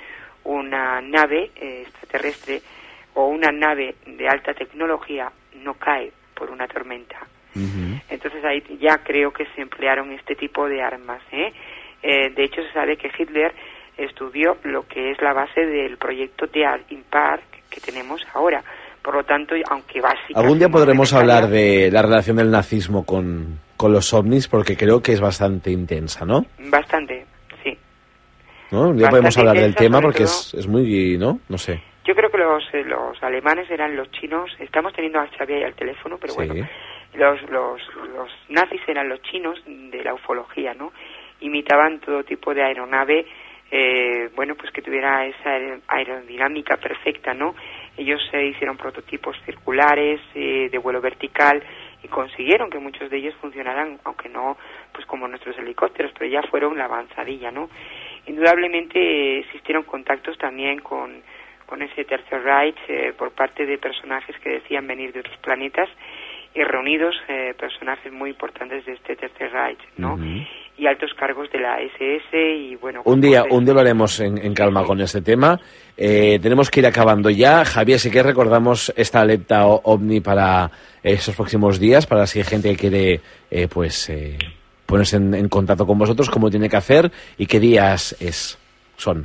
una nave eh, extraterrestre o una nave de alta tecnología no cae por una tormenta. Uh-huh. Entonces ahí ya creo que se emplearon este tipo de armas, ¿eh? Eh, de hecho se sabe que Hitler estudió lo que es la base del proyecto Dead Impact que tenemos ahora. Por lo tanto, aunque básicamente... Algún día podremos hablar de la relación del nazismo con, con los ovnis, porque creo que es bastante intensa, ¿no? Bastante, sí. ¿No? Un día podemos hablar del tema porque es, es muy, ¿no? No sé. Yo creo que los, los alemanes eran los chinos. Estamos teniendo a Xavier al teléfono, pero sí. bueno, los, los, los nazis eran los chinos de la ufología, ¿no? Imitaban todo tipo de aeronave, eh, bueno, pues que tuviera esa aerodinámica perfecta, ¿no? Ellos se eh, hicieron prototipos circulares, eh, de vuelo vertical, y consiguieron que muchos de ellos funcionaran, aunque no pues como nuestros helicópteros, pero ya fueron la avanzadilla, ¿no? Indudablemente eh, existieron contactos también con, con ese Tercer Reich eh, por parte de personajes que decían venir de otros planetas, y reunidos eh, personajes muy importantes de este Tercer Reich, ¿no? Uh-huh. Y altos cargos de la ese ese y bueno... Un día, un día lo haremos en, en calma con este tema. Eh, tenemos que ir acabando ya. Javier, si que recordamos esta alerta OVNI para esos próximos días, para si hay gente que quiere eh, pues eh, ponerse en, en contacto con vosotros, cómo tiene que hacer y qué días es son.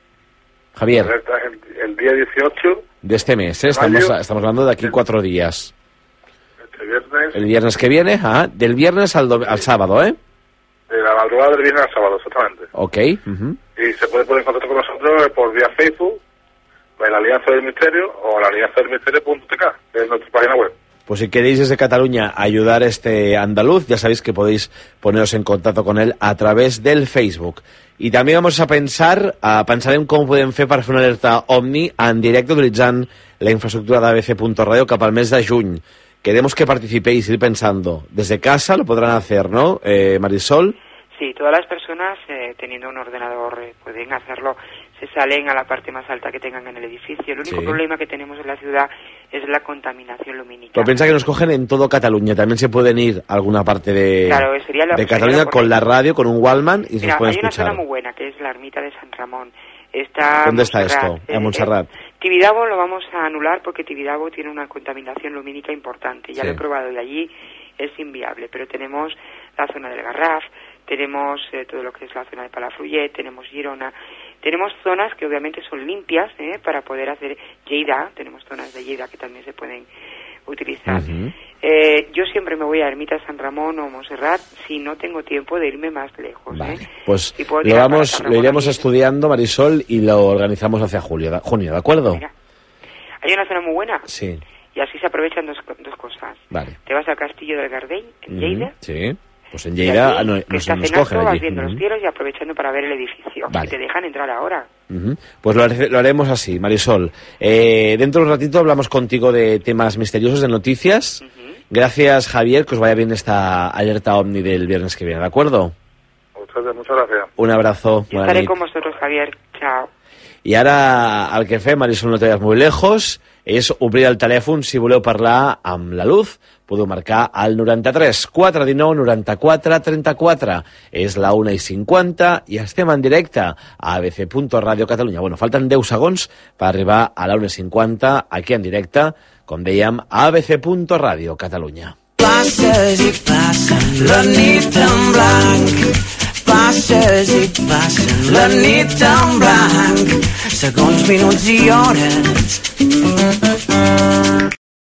Javier. El, el día dieciocho de este mes, ¿eh? estamos, estamos hablando de aquí cuatro días. Este viernes. El viernes que viene, ah, del viernes al, do, al sábado, ¿eh? De la madrugada del viernes al sábado, exactamente. Ok. Uh-huh. Y se puede poner en contacto con nosotros por vía Facebook, en la Alianza del Misterio o la alianza del misterio punto t k, que es nuestra página web. Pues si queréis desde Cataluña ayudar a este andaluz, ya sabéis que podéis poneros en contacto con él a través del Facebook. I també vamos a pensar, a pensarem com podem fer per fer una alerta OVNI en directe utilitzant la infraestructura de A B C punto radio cap al mes de juny. Queremos que participéis, ir pensando. Desde casa lo podrán hacer, ¿no, eh, Marisol? Sí, todas las personas eh, teniendo un ordenador eh, pueden hacerlo. Se salen a la parte más alta que tengan en el edificio. El único sí. problema que tenemos en la ciudad es la contaminación lumínica. Pero piensa que nos cogen en todo Cataluña. También se pueden ir a alguna parte de, claro, sería la, de Cataluña con la radio, con un Wallman y Mira, se pueden hay escuchar. Hay una zona muy buena que es la ermita de San Ramón. Está ¿Dónde Montserrat, está esto? En Montserrat. Eh, eh, Tibidabo lo vamos a anular porque Tibidabo tiene una contaminación lumínica importante. Ya sí. lo he probado y allí es inviable. Pero tenemos la zona del Garraf, tenemos eh, todo lo que es la zona de Palafrugell, tenemos Girona, tenemos zonas que obviamente son limpias eh, para poder hacer Lleida, tenemos zonas de Lleida que también se pueden utilizar. Uh-huh. Eh, yo siempre me voy a Ermita San Ramón o Montserrat si no tengo tiempo de irme más lejos. Vale. ¿eh? Pues si lo, vamos, lo iremos estudiando, Marisol, y lo organizamos hacia julio, junio, ¿de acuerdo? Mira, hay una zona muy buena. Sí. Y así se aprovechan dos, dos cosas. Vale. Te vas al Castillo del Gardell, en uh-huh. Lleida. Sí. Pues en Lleida allí, no, nos, nos cogen allí. Vas viendo uh-huh. los cielos y aprovechando para ver el edificio. Vale. Y te dejan entrar ahora. Uh-huh. Pues lo, lo haremos así, Marisol. Eh, dentro de un ratito hablamos contigo de temas misteriosos, de noticias. Uh-huh. Gracias, Javier, que os vaya bien esta alerta OVNI del viernes que viene, ¿de acuerdo? Muchas, muchas gracias. Un abrazo. Yo estaré con vosotros, Javier. Chao. I ara el que fem, Marisol, no te vayas muy lejos, és obrir el telèfon si voleu parlar amb la Luz. Podeu marcar al noranta-tres quatre dinou noranta-quatre trenta-quatre. És la una i cinquanta i estem en directe a A B C punto radio Catalunya. Bueno, falten deu segons per arribar a la una i cinquanta aquí en directe, com dèiem, a A B C punto radio Catalunya. Passes i passen la nit en blanc, passes i passen la nit en blanc, segons, minuts i hores